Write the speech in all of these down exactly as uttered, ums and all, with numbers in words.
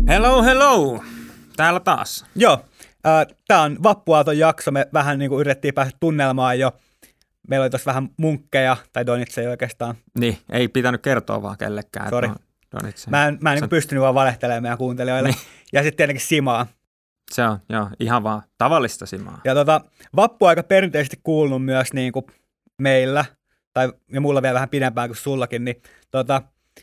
Hello, hello! Täällä taas. Joo, äh, tää on vappuaaton jakso. Me vähän niin kuin yritettiin päästä tunnelmaan jo. Meillä oli tuossa vähän munkkeja, tai Donitse oikeastaan. Niin, ei pitänyt kertoa vaan kellekään. Sori. Donitse. Mä en, mä en Se... niin pystynyt vaan valehtelemaan meidän kuuntelijoille. Niin. Ja sitten tietenkin Simaa. Se on, joo, ihan vaan tavallista Simaa. Ja tota, vappu on aika perinteisesti kuulunut myös niin kuin meillä, tai ja mulla vielä vähän pidempään kuin sullakin, niin tota,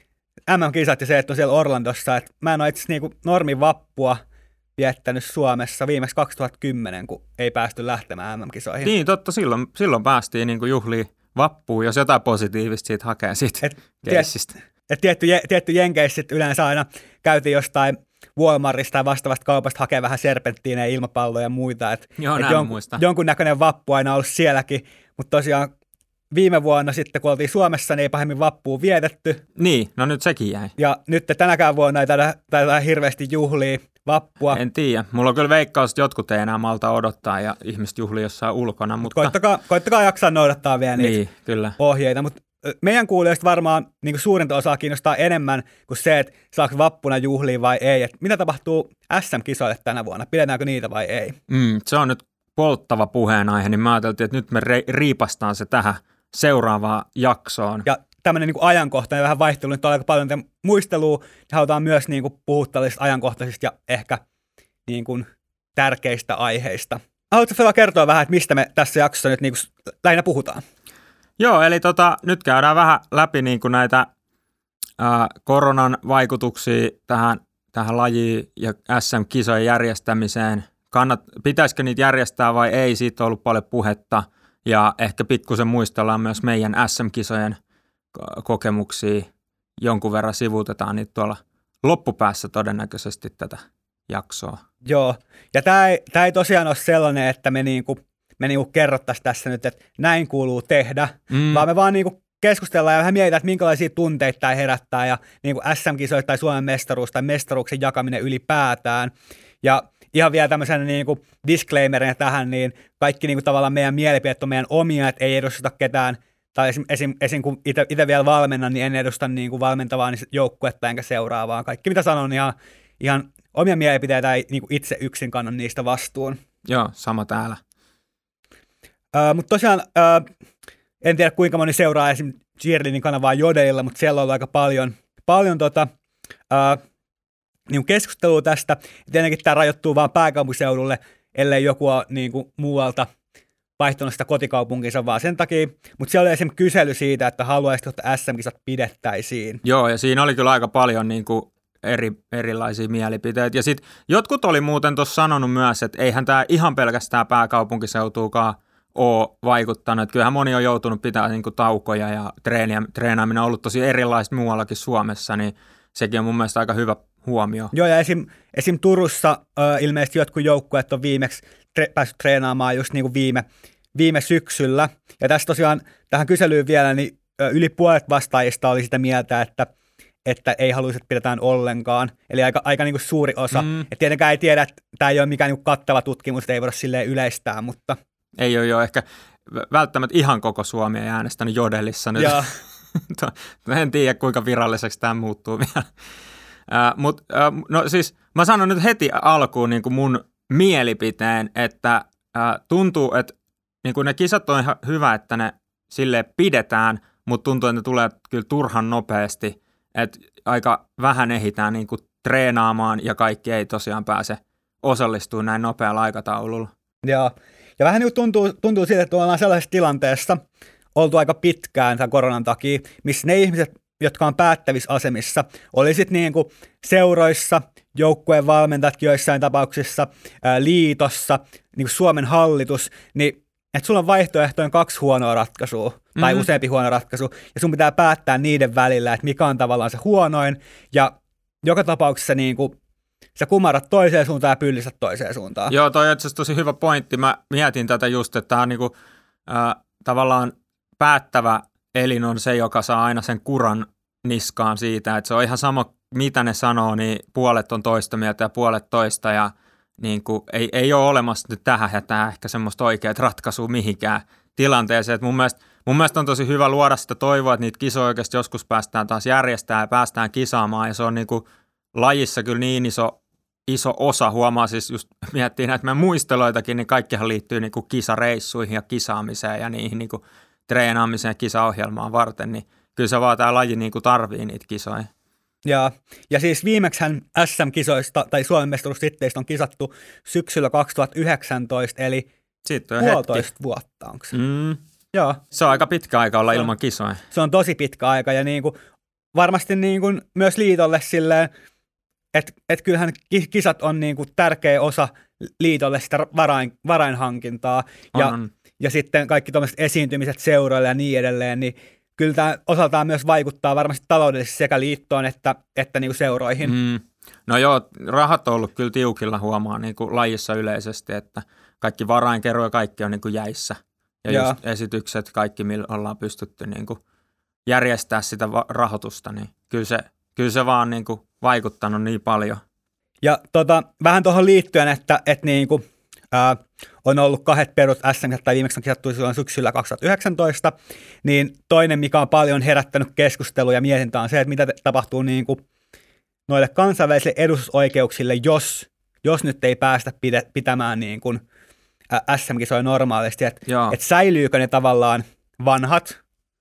M M-kisat ja se, että on siellä Orlandossa. Et mä en ole itse asiassa niin normin vappua viettänyt Suomessa viimeksi kaksituhattakymmenen, kun ei päästy lähtemään M M-kisoihin. Niin, totta, silloin, silloin päästiin niin kuin juhliin vappuun, jos jotain positiivista siitä hakee siitä et, keissistä. Tiet, et tietty, tietty jenkeissä yleensä aina käytiin jostain Walmartista tai vastaavasta kaupasta hakee vähän serpenttiinejä, ilmapalloja ja muita. Et, Joo, et näin jon, muista. Jonkunnäköinen vappu aina ollut sielläkin, mutta tosiaan viime vuonna sitten, kun oltiin Suomessa, niin ei pahemmin vappua vietetty. Niin, no nyt sekin jäi. Ja nyt tänäkään vuonna ei taida, taida hirveästi juhlia vappua. En tiedä. Mulla on kyllä veikkaus, että jotkut ei enää malta odottaa ja ihmiset juhlii jossain ulkona. Mutta... Koittakaa, koittakaa jaksaa noudattaa vielä niitä niin, kyllä. ohjeita. Mutta meidän kuulijoista varmaan niin kuin suurinta osaa kiinnostaa enemmän kuin se, että saako vappuna juhlia vai ei. Et mitä tapahtuu S M-kisoille tänä vuonna? Pidetäänkö niitä vai ei? Mm, se on nyt polttava puheenaihe, niin mä ajattelin, että nyt me re- riipastaan se tähän seuraavaan jaksoon. Ja tämmöinen niin kuin ajankohtainen vähän vaihtelu, nyt on aika paljon muistelua, ja halutaan myös niin kuin puhua tällaisista ajankohtaisista ja ehkä niin kuin tärkeistä aiheista. Haluatko vielä kertoa vähän, että mistä me tässä jaksossa nyt niin kuin lähinnä puhutaan? Joo, eli tota, nyt käydään vähän läpi niin kuin näitä ää, koronan vaikutuksia tähän, tähän lajiin ja S M-kisojen järjestämiseen. Kannat, pitäisikö niitä järjestää vai ei, siitä on ollut paljon puhetta. Ja ehkä pikkusen muistellaan myös meidän S M-kisojen kokemuksia. Jonkun verran sivuutetaan niitä tuolla loppupäässä todennäköisesti tätä jaksoa. Joo, ja tämä ei, tämä ei tosiaan ole sellainen, että me, niinku, me niinku kerrottaisiin tässä nyt, että näin kuuluu tehdä, mm. vaan me vaan niinku keskustellaan ja vähän mietitään, että minkälaisia tunteita tämä herättää ja niinku S M-kisoja tai Suomen mestaruus tai mestaruuksen jakaminen ylipäätään. Ja ihan vielä tämmöisenä niinku disclaimerina tähän, niin kaikki niinku tavallaan meidän mielipiteet on meidän omia, että ei edusta ketään, tai esim, esim, esim kun itse vielä valmennan, niin en edusta niinku valmentavaa niin joukkuetta enkä seuraavaa. Kaikki mitä sanon, niin ihan, ihan omia mielipiteitä ei niinku itse yksin kannan niistä vastuun. Joo, sama täällä. Äh, mutta tosiaan, äh, en tiedä kuinka moni seuraa esim. Cheerleading kanavaa Jodelilla, mutta siellä on ollut aika paljon, paljon tota, äh, niin keskustelua tästä. Tietenkin tämä rajoittuu vaan pääkaupunkiseudulle, ellei joku ole niin kuin muualta vaihtanut sitä kotikaupunkinsa vaan sen takia. Mutta siellä oli esimerkiksi kysely siitä, että haluaisitko, että S M-kisat pidettäisiin. Joo, ja siinä oli kyllä aika paljon niin kuin eri, erilaisia mielipiteitä. Ja sitten jotkut oli muuten tuossa sanonut myös, että eihän tämä ihan pelkästään pääkaupunkiseutuukaan ole vaikuttanut. Että kyllähän moni on joutunut pitämään niin kuin taukoja ja treeniä, treenaaminen on ollut tosi erilaista muuallakin Suomessa, niin sekin on mun mielestä aika hyvä huomio. Joo, ja esim, esim Turussa äh, ilmeisesti jotkut joukkueet on viimeksi tre- päässyt treenaamaan just niin kuin viime, viime syksyllä. Ja tässä tosiaan tähän kyselyyn vielä, niin äh, yli puolet vastaajista oli sitä mieltä, että, että ei haluaisi, että pidetään ollenkaan. Eli aika, aika niin kuin suuri osa. Mm. Et tietenkään ei tiedä, että tämä ei ole mikään niin kuin kattava tutkimus, ei voida silleen yleistää, mutta... Ei ole jo ehkä välttämättä ihan koko Suomi ei äänestänyt Jodelissa nyt. En tiedä, kuinka viralliseksi tämä muuttuu vielä. Uh, Mutta uh, no siis mä sanon nyt heti alkuun niin kuin mun mielipiteen, että uh, tuntuu, että niin kuin ne kisat on ihan hyvä, että ne silleen pidetään, mutta tuntuu, että ne tulee kyllä turhan nopeasti, että aika vähän ehditään niin kuin treenaamaan ja kaikki ei tosiaan pääse osallistumaan näin nopealla aikataululla. Joo, ja vähän niin tuntuu, tuntuu siitä, että ollaan sellaisessa tilanteessa oltu aika pitkään tämän koronan takia, missä ne ihmiset, jotka on päättävissä asemissa, oli sitten niin kuin seuroissa, joukkueen valmentajat joissain tapauksissa, ää, liitossa, niin kuin Suomen hallitus, niin että sulla on vaihtoehtojen kaksi huonoa ratkaisua, mm-hmm. tai useampi huono ratkaisu, ja sun pitää päättää niiden välillä, että mikä on tavallaan se huonoin, ja joka tapauksessa niin kuin sä kumarrat toiseen suuntaan ja pyllistät toiseen suuntaan. Joo, toi on itse asiassa tosi hyvä pointti. Mä mietin tätä just, että tämä on niin kuin, äh, tavallaan päättävä elin on se, joka saa aina sen kuran niskaan siitä, että se on ihan sama, mitä ne sanoo, niin puolet on toista mieltä ja puolet toista, ja niin kuin, ei, ei ole olemassa nyt tähän ja tähän ehkä semmoista oikeat ratkaisua mihinkään tilanteeseen. Että mun mielestä, mun mielestä on tosi hyvä luoda sitä toivoa, että niitä kisoja oikeasti joskus päästään taas järjestämään ja päästään kisaamaan, ja se on niin kuin lajissa kyllä niin iso, iso osa, huomaa siis just miettii näitä meidän muisteloitakin, niin kaikkihan liittyy niin kuin kisareissuihin ja kisaamiseen ja niihin niin kuin treenaamiseen ja kisaohjelmaan varten, niin kyllä se vaan tämä laji niin kuin tarvii niitä kisoja. Ja, ja siis viimeksihän S M-kisoista tai Suomen mestaruustitteistä on kisattu syksyllä kaksituhattayhdeksäntoista, eli Sitten on puolitoista hetki. vuotta, onko se? Mm. Joo. Se on aika pitkä aika olla ilman kisoja. Se on tosi pitkä aika ja niin kuin, varmasti niin kuin myös liitolle silleen, että et kyllähän kisat on niin kuin tärkeä osa liitolle sitä varain, varainhankintaa ja, On, on. ja sitten kaikki tuommoiset esiintymiset seuroille ja niin edelleen, niin kyllä tämä osaltaan myös vaikuttaa varmasti taloudellisesti sekä liittoon että, että niin kuin seuroihin. Mm. No joo, rahat on ollut kyllä tiukilla, huomaa niin kuin lajissa yleisesti, että kaikki varainkerro ja kaikki on niin kuin jäissä. Ja Joo. just esitykset, kaikki millä ollaan pystytty niin kuin järjestää sitä rahoitusta, niin kyllä se, kyllä se vaan niin kuin vaikuttanut niin paljon. Ja tota, vähän tuohon liittyen, että, että niin kuin, ää, on ollut kahdet perut S M, tai viimeksi on kisattu silloin syksyllä kaksituhattayhdeksäntoista, niin toinen, mikä on paljon herättänyt keskustelua ja mietintää, on se, että mitä tapahtuu niin kuin noille kansainvälisille edustusoikeuksille, jos, jos nyt ei päästä pide, pitämään niin kuin S M-kisoja normaalisti, että et säilyykö ne tavallaan vanhat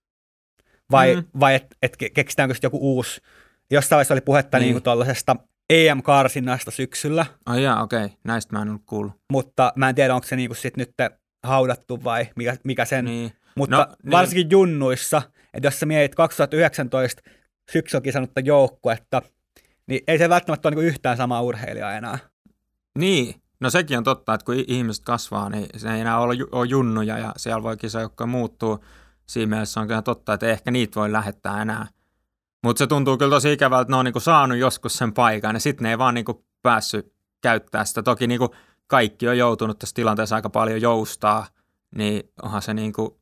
vai, mm. vai että et keksitäänkö sitten joku uusi. Jossain vaiheessa oli puhetta niin. niin tuollaisesta E M-karsinnasta syksyllä. Ai oh, jaa, okei. Okay. Näistä mä en ollut kuullut. Mutta mä en tiedä, onko se niin sitten nyt haudattu vai mikä, mikä sen. Niin. Mutta no, varsinkin niin. junnuissa, että jos sä mietit kaksituhattayhdeksäntoista syksyllä kisannutta joukkuetta, niin ei se välttämättä ole niin yhtään samaa urheilijaa enää. Niin. No sekin on totta, että kun ihmiset kasvaa, niin se ei enää ole, ole junnuja ja siellä voi kisajoukkoja muuttuu. Siinä mielessä on kyllä totta, että ei ehkä niitä voi lähettää enää. Mutta se tuntuu kyllä tosi ikävältä, että ne on niinku saanut joskus sen paikan ja sitten ne ei vaan niinku päässyt käyttää sitä. Toki niinku kaikki on joutunut tässä tilanteessa aika paljon joustaa, niin onhan se niinku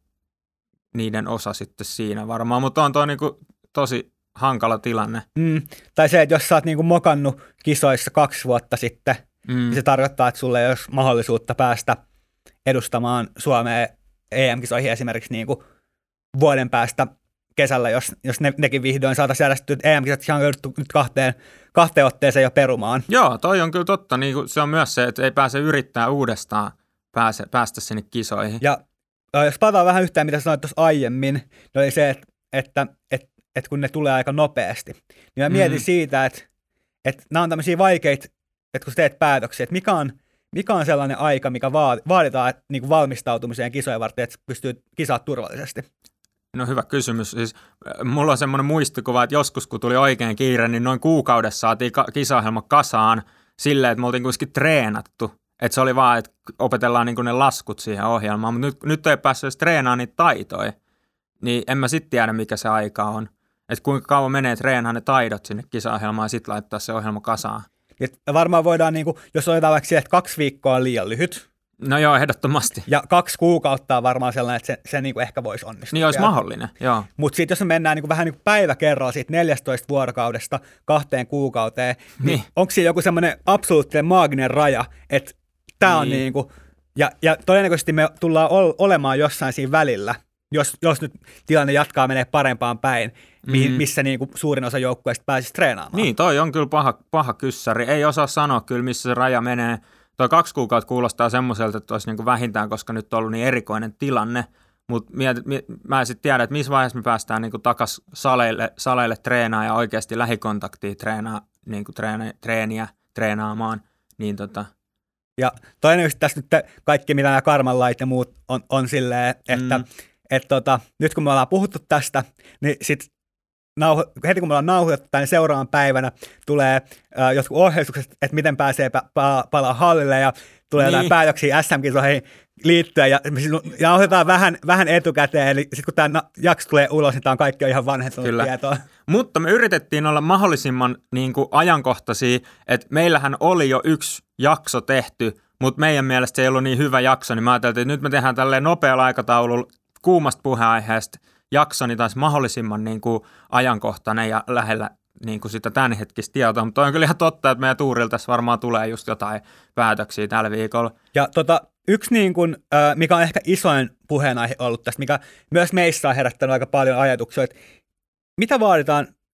niiden osa sitten siinä varmaan. Mutta on tuo niinku tosi hankala tilanne. Mm. Tai se, että jos sä oot niinku mokannut kisoissa kaksi vuotta sitten, mm. niin se tarkoittaa, että sulle ei olisi mahdollisuutta päästä edustamaan Suomea E M-kisoihin esimerkiksi niinku vuoden päästä kesällä, jos, jos ne, nekin vihdoin saataisiin järjestettyä, että E M-kisat on jouduttu nyt kahteen, kahteen otteeseen jo perumaan. Joo, toi on kyllä totta. Niin kuin se on myös se, että ei pääse yrittää uudestaan pääse, päästä sinne kisoihin. Ja jos palataan vähän yhtään, mitä sanoit tuossa aiemmin, niin oli se, että, että, että, että kun ne tulee aika nopeasti, niin mä mietin mm. siitä, että, että nämä on tämmöisiä vaikeita, että kun sä teet päätöksiä, että mikä on, mikä on sellainen aika, mikä vaaditaan niin kuin valmistautumiseen kisojen varten, että pystyy kisaa turvallisesti. No hyvä kysymys. Siis, mulla on semmoinen muistikuva, että joskus kun tuli oikein kiire, niin noin kuukaudessa saatiin ka- kisaohjelma kasaan silleen, että me oltiin kuitenkin treenattu. Että se oli vaan, että opetellaan niin kuin ne laskut siihen ohjelmaan, mutta nyt, nyt ei päässyt edes treenaamaan niitä taitoja. Niin en mä sitten tiedä, mikä se aika on. Että kuinka kauan menee treenaamaan ne taidot sinne kisaohjelmaan ja sitten laittaa se ohjelma kasaan. Et varmaan voidaan, niin kuin, jos otetaan vaikka siihen, että kaksi viikkoa on liian lyhyt. No joo, ehdottomasti. Ja kaksi kuukautta on varmaan sellainen, että se, se niin kuin ehkä voisi onnistua. Niin olisi mahdollinen, joo. Mutta sitten jos me mennään niin kuin vähän niin kuin päivä kerralla siitä neljätoista vuorokaudesta kahteen kuukauteen, niin, niin onko siinä joku semmoinen absoluuttinen maaginen raja, että tämä niin. on niin kuin, ja, ja todennäköisesti me tullaan olemaan jossain siinä välillä, jos, jos nyt tilanne jatkaa menee parempaan päin, mm. missä niin kuin suurin osa joukkueista pääsisi treenaamaan. Niin, toi on kyllä paha, paha kyssäri. Ei osaa sanoa kyllä, missä se raja menee. Toi kaksi kuukautta kuulostaa semmoiselta, että olisi niin kuin vähintään, koska nyt on ollut niin erikoinen tilanne. Mutta mä en sitten tiedä, että missä vaiheessa me päästään niin kuin takaisin saleille, saleille treenaamaan ja oikeasti lähikontaktiin treenaa, niin kuin treeni, treeniä treenaamaan. Niin tota. Ja toinen just tässä nyt kaikki, mitä nämä karmanlait ja muut on, on silleen, että mm. et tota, nyt kun me ollaan puhuttu tästä, niin sitten Nauho, heti kun me ollaan nauhoitettu tämän, niin seuraavan päivänä tulee äh, jotkut ohjeistukset, että miten pääsee pa- pa- palaa hallille ja tulee niin. jotain päätöksiä S M-kisoihin liittyen ja, ja nauhoitetaan vähän, vähän etukäteen, eli sitten kun tämä jakso tulee ulos, niin tämä on kaikki on ihan vanhentunut Kyllä. tietoa. Mutta me yritettiin olla mahdollisimman niin kuin ajankohtaisia, että meillähän oli jo yksi jakso tehty, mutta meidän mielestä se ei ollut niin hyvä jakso, niin mä ajattelin, että nyt me tehdään tälleen nopealla aikataululla kuumasta puheenaiheesta jakso, niin taisi mahdollisimman niin kuin ajankohtainen ja lähellä niin kuin sitä tämänhetkistä tietoa, mutta on kyllä ihan totta, että meidän tuurilla tässä varmaan tulee just jotain päätöksiä tällä viikolla. Ja tota, yksi, niin kuin, mikä on ehkä isoin puheenaihe ollut tästä, mikä myös meissä on herättänyt aika paljon ajatuksia, että mitä vaaditaan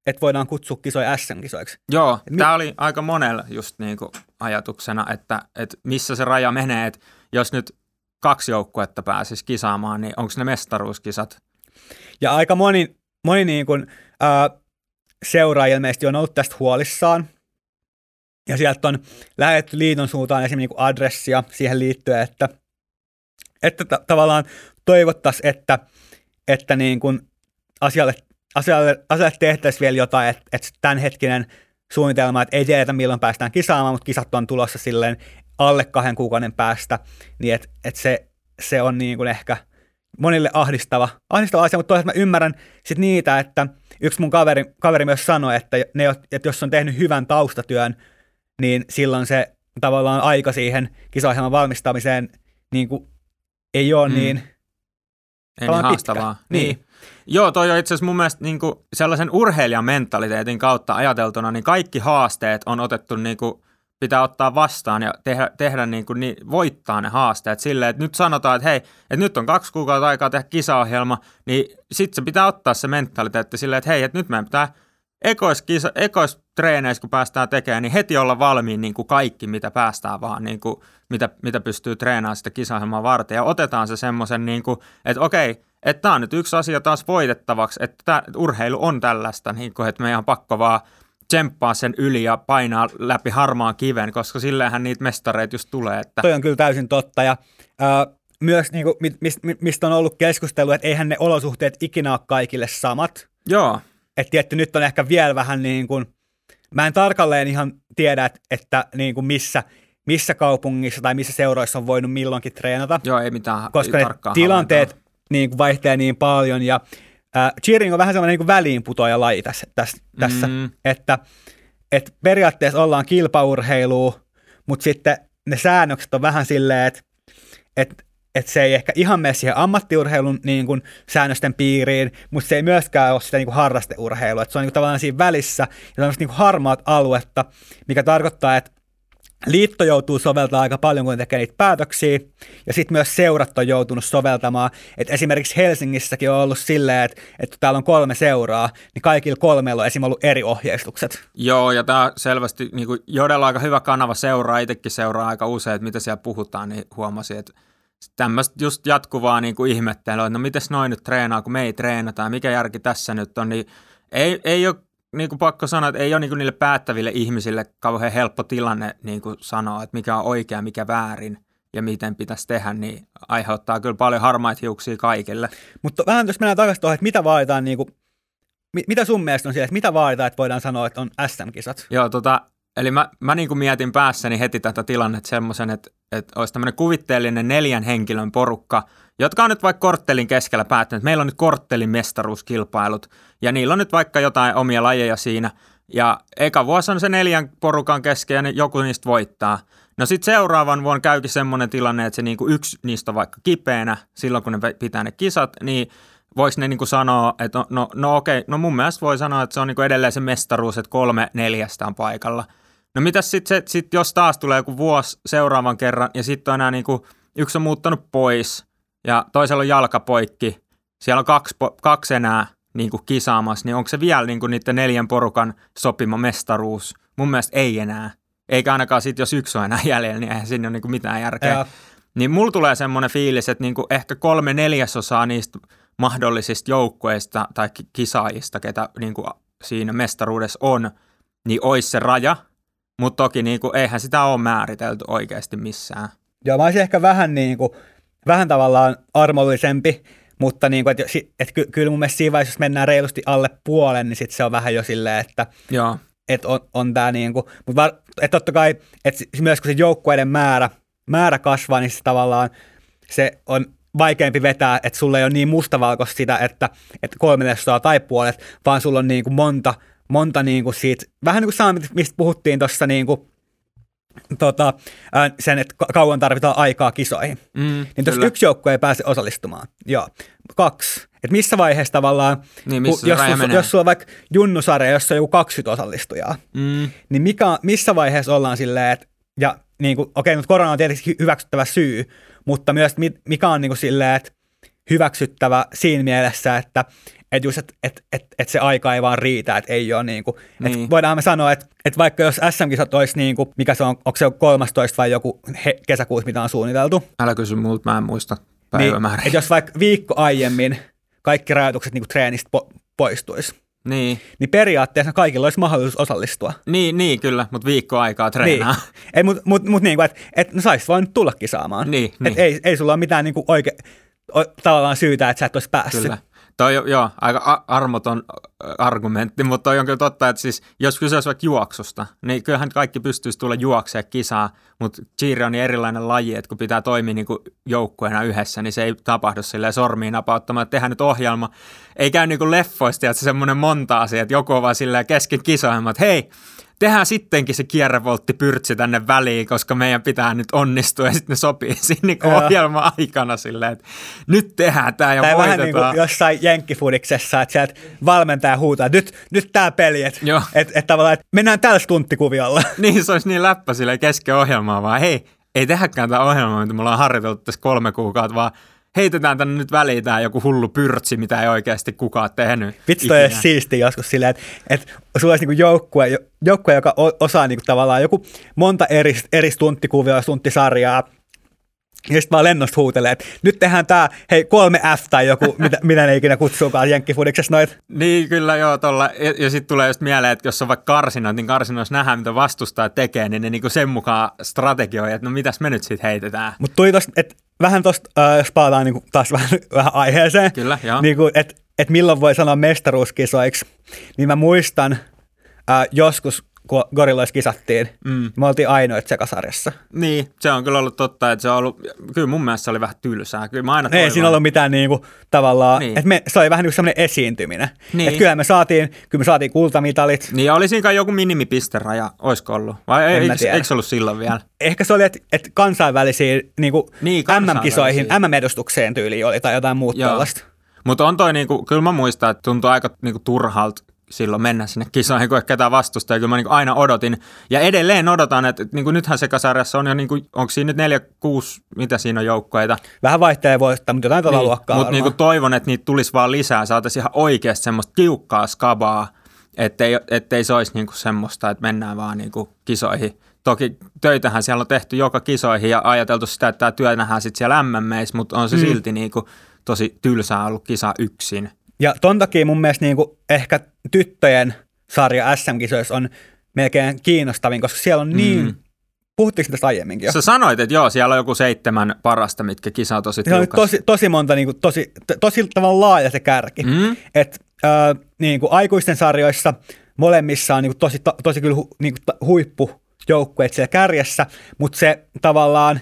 että voidaan kutsua kisoja S M-kisoiksi. Joo, tämä oli aika monella just niinku ajatuksena, että, että missä se raja menee, että jos nyt kaksi joukkuetta pääsisi kisaamaan, niin onko ne mestaruuskisat? Ja aika moni, moni niin kuin, ää, seura ilmeisesti on ollut tästä huolissaan. Ja sieltä on lähetetty liiton suuntaan esimerkiksi niin kuin adressia siihen liittyen, että, että t- tavallaan toivottaisiin, että, että niin kuin asialle, asialle, asialle tehtäisiin vielä jotain, että, että tämänhetkinen suunnitelma, että ei tiedetä milloin päästään kisaamaan, mutta kisat on tulossa silleen alle kahden kuukauden päästä, niin että, että se, se on niin kuin ehkä monille ahdistava, ahdistava asia, mutta toisaalta mä ymmärrän sit niitä, että yksi mun kaveri, kaveri myös sanoi, että, ne, että jos on tehnyt hyvän taustatyön, niin silloin se tavallaan aika siihen kisaohjelman valmistamiseen niin kuin ei ole mm. niin, ei niin haastavaa. Niin. Niin. Joo, toi on itse asiassa mun mielestä niin kuin sellaisen urheilijan mentaliteetin kautta ajateltuna, niin kaikki haasteet on otettu, niin kuin, pitää ottaa vastaan ja tehdä, tehdä niin kuin, niin, voittaa ne haasteet silleen, että nyt sanotaan, että hei, että nyt on kaksi kuukautta aikaa tehdä kisaohjelma, niin sitten se pitää ottaa se mentaliteetti silleen, että hei, että nyt meidän pitää ekoiskisa, ekoistreeneissä, kun päästään tekemään, niin heti olla valmiin niin kuin kaikki, mitä päästään vaan, niin kuin, mitä, mitä pystyy treenaamaan sitä kisaohjelmaa varten. Ja otetaan se semmoisen, niin kuin, että okei, että tämä on nyt yksi asia taas voitettavaksi, että tämä, urheilu on tällaista, niin kuin, että meidän on pakko vaan tsemppaa sen yli ja painaa läpi harmaan kiven, koska silleenhän niitä mestareita just tulee. Että toi on kyllä täysin totta ja äh, myös niin kuin, mist, mistä on ollut keskustelu, että eihän ne olosuhteet ikinä ole kaikille samat. Joo. Että tietty, nyt on ehkä vielä vähän niin kuin, mä en tarkalleen ihan tiedä, että, että niin kuin missä, missä kaupungissa tai missä seuroissa on voinut milloinkin treenata. Joo, ei mitään koska ne tilanteet niin kuin vaihtelee niin paljon ja äh, cheering on vähän sellainen niin kuin väliinputoaja laji tässä, tässä, mm. tässä että, että periaatteessa ollaan kilpaurheilua, mutta sitten ne säännökset on vähän silleen, että, että että se ei ehkä ihan mene siihen ammattiurheilun niin kuin, säännösten piiriin, mutta se ei myöskään ole sitä niin kuin harrasteurheilua. Että se on niin kuin, tavallaan siinä välissä ja tämmöistä niin kuin harmaat aluetta, mikä tarkoittaa, että liitto joutuu soveltamaan aika paljon, kun tekee niitä päätöksiä, ja sitten myös seurat on joutunut soveltamaan. Et esimerkiksi Helsingissäkin on ollut silleen, että, että täällä on kolme seuraa, niin kaikilla kolmella on esimerkiksi ollut eri ohjeistukset. Joo, ja tämä selvästi niin kuin Jodella aika hyvä kanava seuraa, itsekin seuraa aika usein, että mitä siellä puhutaan, niin huomasin, että tämmöistä just jatkuvaa niin kuin ihmettelyä, että no mites noin nyt treenaa, kun me ei treenata, ja mikä järki tässä nyt on, niin ei, ei ole niin kuin pakko sanoa, että ei ole niin kuin niille päättäville ihmisille kauhean helppo tilanne niin kuin sanoa, että mikä on oikea, mikä väärin ja miten pitäisi tehdä, niin aiheuttaa kyllä paljon harmaita hiuksia kaikille. Mutta vähän jos mennään takaisin tuohon, että mitä vaaditaan, niin kuin, mitä sun mielestä on siellä, että mitä vaaditaan, että voidaan sanoa, että on S M-kisat? Joo, tota, eli mä, mä niin kuin mietin päässäni heti tätä tilannetta semmoisen, että, että olisi tämmöinen kuvitteellinen neljän henkilön porukka, jotka on nyt vaikka korttelin keskellä päättänyt, että meillä on nyt korttelin mestaruuskilpailut, ja niillä on nyt vaikka jotain omia lajeja siinä, ja eka vuosi on se neljän porukan kesken, ja joku niistä voittaa. No sitten seuraavan vuonna käykin semmoinen tilanne, että se niinku yksi niistä on vaikka kipeänä, silloin kun ne pitää ne kisat, niin voiko ne niinku sanoa, että no, no, no okei, no mun mielestä voi sanoa, että se on niinku edelleen se mestaruus, että kolme neljästä on paikalla. No mitäs sitten sit jos taas tulee joku vuosi seuraavan kerran, ja sitten on enää niinku, yksi on muuttanut pois, ja toisella on jalka poikki, siellä on kaksi, kaksi enää niin kuin kisaamassa, niin onko se vielä niin kuin niiden neljän porukan sopima mestaruus? Mun mielestä ei enää. Eikä ainakaan sitten, jos yksi on enää jäljellä, niin eihän siinä ole niin kuin mitään järkeä. Ja. Niin mulla tulee semmoinen fiilis, että niin kuin ehkä kolme neljäsosaa niistä mahdollisista joukkueista tai kisaajista, ketä niin kuin siinä mestaruudessa on, niin olisi se raja, mutta toki niin kuin, eihän sitä ole määritelty oikeasti missään. Joo, mä olisin ehkä vähän niin kuin vähän tavallaan armollisempi, mutta niin kuin, että, että ky- kyllä mun mielestä siinä vaiheessa, jos mennään reilusti alle puolen, niin sitten se on vähän jo silleen, että, että on, on tämä niin kuin, mutta var, että totta kai, että myös kun se joukkueiden määrä, määrä kasvaa, niin se tavallaan se on vaikeampi vetää, että sulla ei ole niin mustavalkoista sitä, että, että kolmannesta tai puolet, vaan sulla on niin kuin monta, monta niin kuin siitä, vähän niin kuin sama, mistä puhuttiin tuossa niin kuin Tota, sen, että kauan tarvitaan aikaa kisoihin. Mm, niin jos yksi joukkue ei pääse osallistumaan. Joo. Kaksi. Että missä vaiheessa tavallaan, niin, missä jos, jos, jos sulla on vaikka junnusarja, jossa on joku kaksikymmentä osallistujaa, mm. niin mikä, missä vaiheessa ollaan silleen, että, ja niin kuin, okei, mutta korona on tietysti hyväksyttävä syy, mutta myös mikä on niin kuin silleen, että hyväksyttävä siinä mielessä, että, että just, että et, et, et se aika ei vaan riitä, että ei ole niin kuin, niin. että voidaan me sanoa, että, että vaikka jos S M-kisat olisi niin kuin, mikä se on, onko se kolmastoista vai joku he, kesäkuussa, mitä on suunniteltu. Älä kysy multa, mä en muista päivämääriä. Niin, että jos vaikka viikko aiemmin kaikki rajoitukset niin kuin treenistä po, poistuisi, niin. niin periaatteessa kaikilla olisi mahdollisuus osallistua. Niin, niin kyllä, mutta viikko aikaa treenaa. Niin. Mutta mut, mut niin että et, no saisit voinut tulla kisaamaan. Niin, et niin. Ei, ei sulla ole mitään niin kuin oike, o, tavallaan syytä, että sä et olisi päässyt. Kyllä. Toi on joo, aika armoton argumentti, mutta toi on kyllä totta, että siis jos kyse olisi vaikka juoksusta, niin kyllähän kaikki pystyisi tulla juoksemaan kisaa, mutta Giro on niin erilainen laji, että kun pitää toimia niin kuin joukkueena yhdessä, niin se ei tapahdu silleen sormiin napauttamaan, että tehdään nyt ohjelma. Ei käy niin kuin leffoista, että se semmoinen monta asiaa, että joku on vaan silleen kesken kisoihin, että hei, tehdään sittenkin se kierrevoltti pyrtsi tänne väliin, koska meidän pitää nyt onnistua ja sitten ne sopii siinä niin ohjelman aikana silleen, että nyt tehdään tämä ja tai voitetaan. Vähän niin kuin jossain jenkkifudiksessa, että sieltä valmentaja huutaa, nyt, nyt tämä peli, että et, et tavallaan, että mennään tällä stunttikuviolla. Niin, se olisi niin läppä silleen kesken ohjelmaa, vaan hei, ei tehdäkään tämä ohjelma, mitä me ollaan harjoiteltu tässä kolme kuukautta, vaan heitetään tänne nyt väliin tämä joku hullu pyrtsi, mitä ei oikeasti kukaan tehnyt. Vitsi toi olisi siistiä joskus silleen, että, että sulla olisi niinku joukkue, joukkue, joka osaa niinku tavallaan joku monta eri, eri stunttikuvioa, stunttisarjaa, ja sitten vaan lennosta huutelee, että nyt tehdään tämä, hei, kolme F tai joku, mitä, mitä ne ikinä kutsuukaan jenkkifudiksessa noit. Niin, kyllä joo, tolla. Ja, ja sitten tulee just mieleen, että jos on vaikka karsinat, niin karsinoissa nähdään, mitä vastustaa tekee, niin ne niinku sen mukaan strategioi, että no mitäs me nyt sitten heitetään. Mutta tuli tosta, että vähän tuosta, äh, jos palataan niinku taas vähän, vähän aiheeseen, kyllä, joo. Niinku, että et milloin voi sanoa mestaruuskisoiksi, niin mä muistan äh, joskus, kun Gorilloissa kisattiin, mm. me oltiin ainoit sekasarjassa. Niin, se on kyllä ollut totta, että se on ollut, kyllä mun mielestä se oli vähän tylsää. Kyllä mä aina ei siinä ollut mitään niinku, tavallaan, niin. Että me, se oli vähän niin kuin sellainen esiintyminen. Niin. Että kyllä me saatiin, kyllä me saatiin kultamitalit. Niin, oli siinä joku minimipisteraja, olisiko ollut? Vai eikö, eikö se ollut silloin vielä? Ehkä se oli, että, että kansainvälisiin niinku niin, M M-kisoihin, M M-edustukseen tyyliin oli tai jotain muuta tällaista. Mutta on toi, niinku, kyllä mä muistan, että tuntuu aika niinku, turhalta silloin mennä sinne kisoihin, kun ehkä ketään vastustaa. Kyllä mä niin aina odotin. Ja edelleen odotan, että niin nythän sekasarjassa on jo, niin kuin, onko siinä nyt neljä, kuusi, mitä siinä on joukkoita? Vähän vaihtelee voittaa, mutta jotain tuolla niin, luokkaa. Mutta niin toivon, että niitä tulisi vaan lisää. Saataisiin ihan oikeasti semmoista tiukkaa skabaa, ettei, ettei se olisi niin semmoista, että mennään vaan niin kisoihin. Toki töitähän siellä on tehty joka kisoihin ja ajateltu sitä, että tämä työ nähdään sitten siellä M M-meissä, mutta on se mm. silti niin kuin tosi tylsää ollut kisa yksin. Ja ton takia mun mielestä niinku ehkä tyttöjen sarja S M-kisoissa on melkein kiinnostavin, koska siellä on niin, mm. puhuttiinko tästä aiemminkin jo? Sä sanoit, että joo, siellä on joku seitsemän parasta, mitkä kisaa tosi tiukasti. Tosi, tosi monta, niinku, tosi, tosi tavallaan laaja se kärki. Mm. Että äh, niinku, aikuisten sarjoissa molemmissa on niinku, tosi, to, tosi kyllä hu, niinku, huippujoukkueet siellä kärjessä, mutta se tavallaan,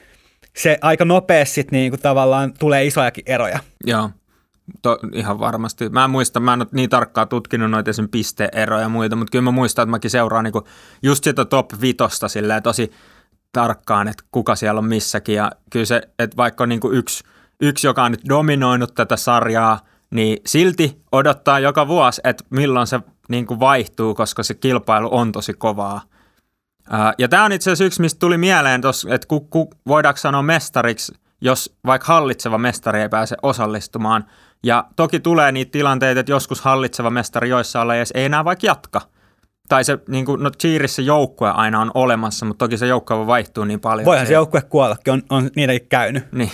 se aika nopeasti sit, niinku, tavallaan tulee isojakin eroja. Joo. To, ihan varmasti. Mä en muista, mä en ole niin tarkkaan tutkinut noita sen piste-eroja ja muita, mutta kyllä mä muistan, että mäkin seuraan niinku just sitä top vitosta silleen tosi tarkkaan, että kuka siellä on missäkin. Ja kyllä se, että vaikka on niinku yksi, yksi, joka on nyt dominoinut tätä sarjaa, niin silti odottaa joka vuosi, että milloin se niinku vaihtuu, koska se kilpailu on tosi kovaa. Ää, ja tämä on itse asiassa yksi, mistä tuli mieleen, tos, että ku, ku, voidaanko sanoa mestariksi, jos vaikka hallitseva mestari ei pääse osallistumaan. Ja toki tulee niitä tilanteita, että joskus hallitseva mestari joissain lajeissa ei enää vaikka jatka. Tai se, niin kuin, no Girissä joukkue aina on olemassa, mutta toki se joukkue vaihtuu niin paljon. Voihan se joukkue kuollakin, on, on niitäkin käynyt. Niin.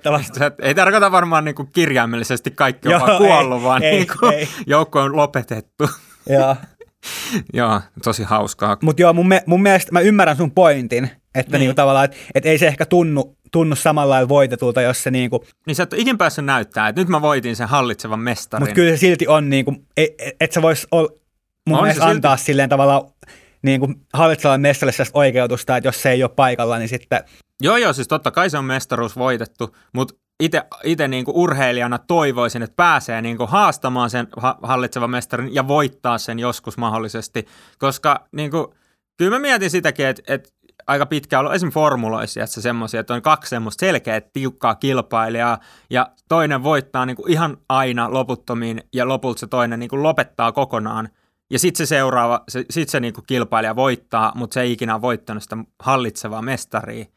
Ei tarkoita varmaan niin kuin kirjaimellisesti kaikki on Joo, vaan kuollut, ei, vaan ei, niin kuin ei. Joukkue on lopetettu. Joo. Joo, tosi hauskaa. Mutta joo, mun, me, mun mielestä mä ymmärrän sun pointin, että niin. Niinku tavallaan, että et ei se ehkä tunnu, tunnu samalla lailla voitetulta, jos se niinku... Niin sä et ikin päässyt näyttää, että nyt mä voitin sen hallitsevan mestarin. Mutta kyllä se silti on niinku, että et sä vois ol, mun on mielestä antaa silti silleen tavallaan niinku hallitsevan mestarille sellaista oikeutusta, että jos se ei ole paikalla, niin sitten... Joo, joo, siis totta kai se on mestaruus voitettu, mutta itse, itse niinku urheilijana toivoisin, että pääsee niinku haastamaan sen ha- hallitsevan mestarin ja voittaa sen joskus mahdollisesti, koska niinku, kyllä mä mietin sitäkin, että, että aika pitkään ollut esimerkiksi formuloissa, että se semmoisia, että on kaksi semmoista selkeää tiukkaa kilpailijaa ja toinen voittaa niinku ihan aina loputtomiin ja lopulta se toinen niinku lopettaa kokonaan. Ja sitten se seuraava, se, sit se niinku kilpailija voittaa, mutta se ei ikinä ole voittanut sitä hallitsevaa mestaria.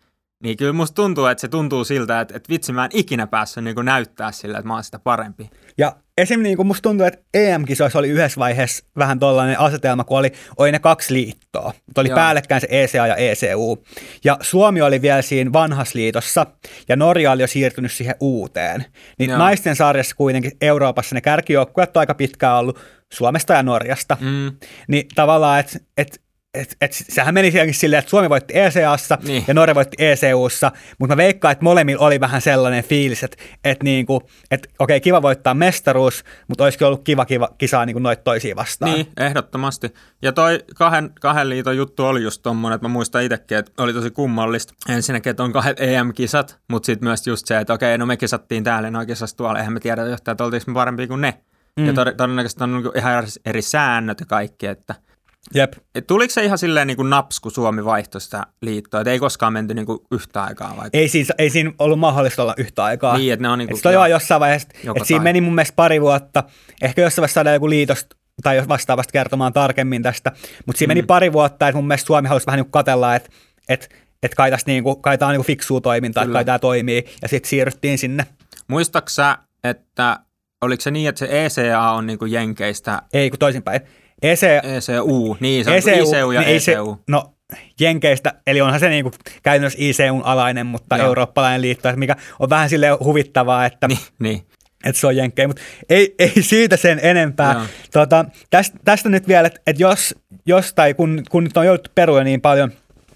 niin kyllä musta tuntuu, että se tuntuu siltä, että, että vitsi mä en ikinä päässyt niin kuin näyttää sillä, että mä oon sitä parempi. Ja esim. Niin kuin musta tuntuu, että E M-kisoissa oli yhdessä vaiheessa vähän tollainen asetelma, kun oli, oli ne kaksi liittoa. Mutta oli Joo. päällekkäin se E C A ja E C U. Ja Suomi oli vielä siinä vanhassa liitossa ja Norja oli jo siirtynyt siihen uuteen. Niin Joo. naisten sarjassa kuitenkin Euroopassa ne kärkijoukkueet on aika pitkään ollut Suomesta ja Norjasta. Mm. Niin tavallaan, että et, Et, et, sehän meni sielläkin silleen, että Suomi voitti E C A:ssa niin. ja Norja voitti E C U:ssa, mutta mä veikkaan, että molemmilla oli vähän sellainen fiilis, että et niinku, et, okei, kiva voittaa mestaruus, mutta olisikin ollut kiva, kiva kisaa niinku noita toisia vastaan. Niin, ehdottomasti. Ja toi kahden, kahden liiton juttu oli just tommonen, että mä muistan itsekin, että oli tosi kummallista. Ensinnäkin, että on kahdet E M-kisat, mutta sitten myös just se, että okei, no me kisattiin täällä, no kisassa tuolla, eihän me tiedä yhtään, että oltiinko me parempia kuin ne. Mm. Ja tod- todennäköisesti on ihan eri säännöt ja kaikki, että Jep. Et tuliko se ihan silleen niin kuin naps, kun Suomi vaihtoi sitä liittoa, että ei koskaan menty niin kuin yhtä aikaa? Vaikka? Ei, siis, ei siinä ollut mahdollista olla yhtä aikaa. Niin, että ne on niin kuin... Sitten oli jossain vaiheessa, että siinä meni mun mielestä pari vuotta, ehkä jossain vaiheessa saadaan joku liitosta tai vastaavasti kertomaan tarkemmin tästä, mutta siinä mm. meni pari vuotta, että mun mielestä Suomi halusi vähän niin kuin katsella, että, että, että kai, tässä niin kuin, kai tämä on niin kuin fiksua toimintaa, että kai tämä toimii, ja sitten siirryttiin sinne. Muistatko sä, että oliko se niin, että se E C A on niin kuin Jenkeistä? Ei, kun toisinpäin. E C U, niin se on E C U ja niin E C U. No Jenkeistä, eli onhan se niinku käytännössä I C U:n alainen, mutta Joo. eurooppalainen liitto, mikä on vähän silleen huvittavaa, että, niin, niin. että se on Jenkkejä, mutta ei, ei siitä sen enempää. Tota, tästä, tästä nyt vielä, että, että jos, jos tai kun, kun nyt on jouduttu perua niin paljon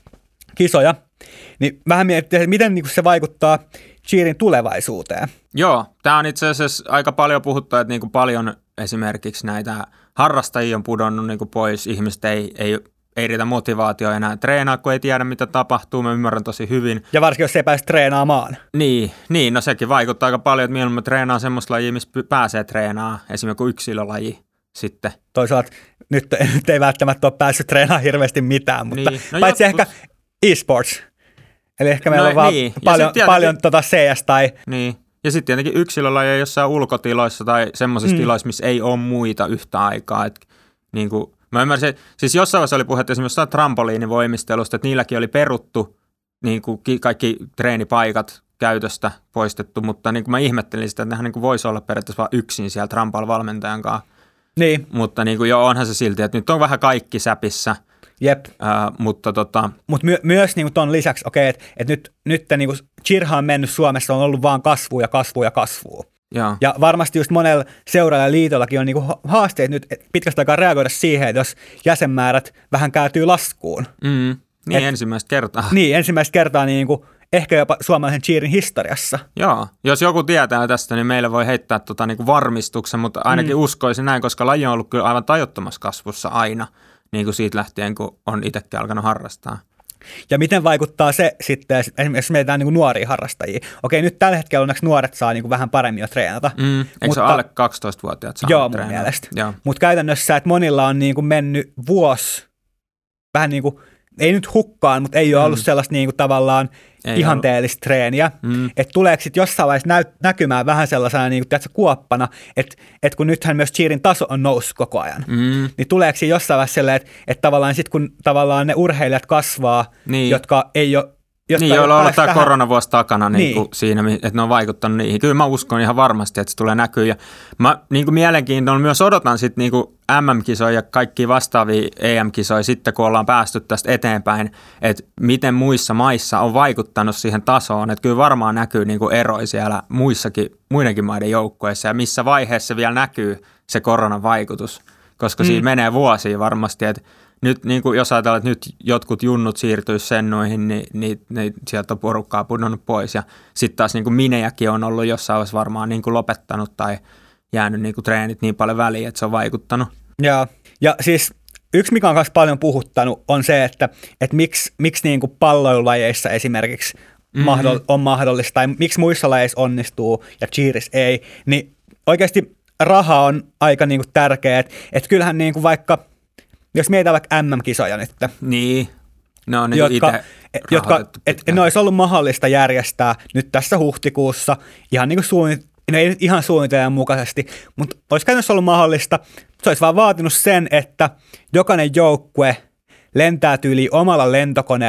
kisoja, niin vähän miettiä, että miten niinku se vaikuttaa cheerin tulevaisuuteen. Joo, tämä on itse asiassa aika paljon puhuttu, että niinku paljon esimerkiksi näitä harrastajia on pudonnut niin kuin pois, ihmiset ei, ei, ei riitä motivaatio enää treenaa, kun ei tiedä, mitä tapahtuu, mä ymmärrän tosi hyvin. Ja varsinkin, jos ei pääse treenaamaan. Niin, niin, no sekin vaikuttaa aika paljon, että mieluummin treenaa semmoista lajia, missä pääsee treenaamaan, esimerkiksi kuin yksilölaji sitten. Toisaalta nyt, nyt ei välttämättä ole päässyt treenaamaan hirveästi mitään, mutta niin. no paitsi jotkut... ehkä e-sports. Eli ehkä meillä no, on vaan niin. paljon, tietenkin... paljon tota C S tai... Niin. Ja sitten tietenkin yksilölajeja jossain ulkotiloissa tai semmoisissa mm. tiloissa, missä ei ole muita yhtä aikaa. Et, niin kuin, mä ymmärsin, siis jossain vaiheessa oli puhetta esimerkiksi jossain trampoliinivoimistelusta, että niilläkin oli peruttu niin kuin kaikki treenipaikat käytöstä poistettu, mutta niin kuin mä ihmettelin sitä, että nehän niin kuin voisi olla periaatteessa vain yksin siellä trampal-valmentajan kanssa. Niin. Mutta niin kuin, joo, onhan se silti, että nyt on vähän kaikki säpissä. Jep. Äh, mutta tota... Mut my- myös niin ton lisäksi, okei, okay, että et nyt, nyt niin cheerhan on mennyt Suomessa, on ollut vaan kasvua ja kasvua ja kasvua. Ja, ja varmasti just monella seuraajalla liitollakin on niin haasteet nyt pitkästä aikaa reagoida siihen, että jos jäsenmäärät vähän kääntyy laskuun. Mm, niin, et, ensimmäistä kertaa. Niin, ensimmäistä kertaa niin kuin ehkä jopa suomalaisen cheerin historiassa. Joo, jos joku tietää tästä, niin meille voi heittää tota niin kuin varmistuksen, mutta ainakin mm. uskoisin näin, koska laji on ollut kyllä aivan tajuttomassa kasvussa aina. Niin kuin siitä lähtien, kun on itsekin alkanut harrastaa. Ja miten vaikuttaa se sitten, esimerkiksi jos mietitään niin kuin nuoria harrastajia. Okei, nyt tällä hetkellä onneksi nuoret saa niin kuin vähän paremmin jo treenata. Mm, eikö mutta, se ole alle kaksitoistavuotiaat saa joo, treenata? Mun mielestä. Mutta käytännössä, että monilla on niin kuin mennyt vuosi vähän niin kuin, ei nyt hukkaan, mutta ei ole mm. ollut sellaista niin kuin tavallaan ei ihanteellista ollut treeniä. Mm. Että tuleeko sitten jossain vaiheessa näy, näkymään vähän sellaisena niin kuin, tiedätkö, kuoppana, että, että kun nythän myös cheerin taso on noussut koko ajan, mm. niin tuleeko siinä jossain vaiheessa sellainen, että, että tavallaan sitten kun tavallaan ne urheilijat kasvaa, niin. jotka ei ole niin, joilla on ollut tämä tähän koronavuosi takana niin niin. siinä, että ne on vaikuttanut niihin. Kyllä mä uskon ihan varmasti, että se tulee näkyä. Ja mä niin kuin mielenkiintoinen myös odotan sitten niin kuin M M-kisoja ja kaikkia vastaavia E M-kisoja sitten, kun ollaan päästy tästä eteenpäin, että miten muissa maissa on vaikuttanut siihen tasoon. Että kyllä varmaan näkyy niin kuin eroja siellä muissakin, muidenkin maiden joukkueissa ja missä vaiheessa vielä näkyy se koronan vaikutus, koska mm. siinä menee vuosia varmasti, että nyt niin kuin jos ajatellaan, että nyt jotkut junnut siirtyisi sennoihin, niin, niin, niin sieltä on porukkaa pudonnut pois. Ja sitten taas niin kuin minejäkin on ollut jossain vaiheessa varmaan niin kuin lopettanut tai jäänyt niin kuin treenit niin paljon väliin, että se on vaikuttanut. Ja, ja siis yksi, mikä on myös paljon puhuttanut, on se, että, että miksi, miksi niin kuin palloilulajeissa esimerkiksi mm-hmm. on mahdollista, tai miksi muissa lajeissa onnistuu ja cheeris ei, niin oikeasti raha on aika niin kuin tärkeä. Että et kyllähän niin kuin vaikka jos mietitään vaikka M M-kisoja nyt, niin, no, niin jotka, jotka et, ne olisi ollut mahdollista järjestää nyt tässä huhtikuussa ihan niin kuin suunnit, no ei nyt ihan suunnitelman mukaisesti, mutta olisi käytännössä ollut mahdollista. Se olisi vaan vaatinut sen, että jokainen joukkue lentää tyyliin omalla lentokoneella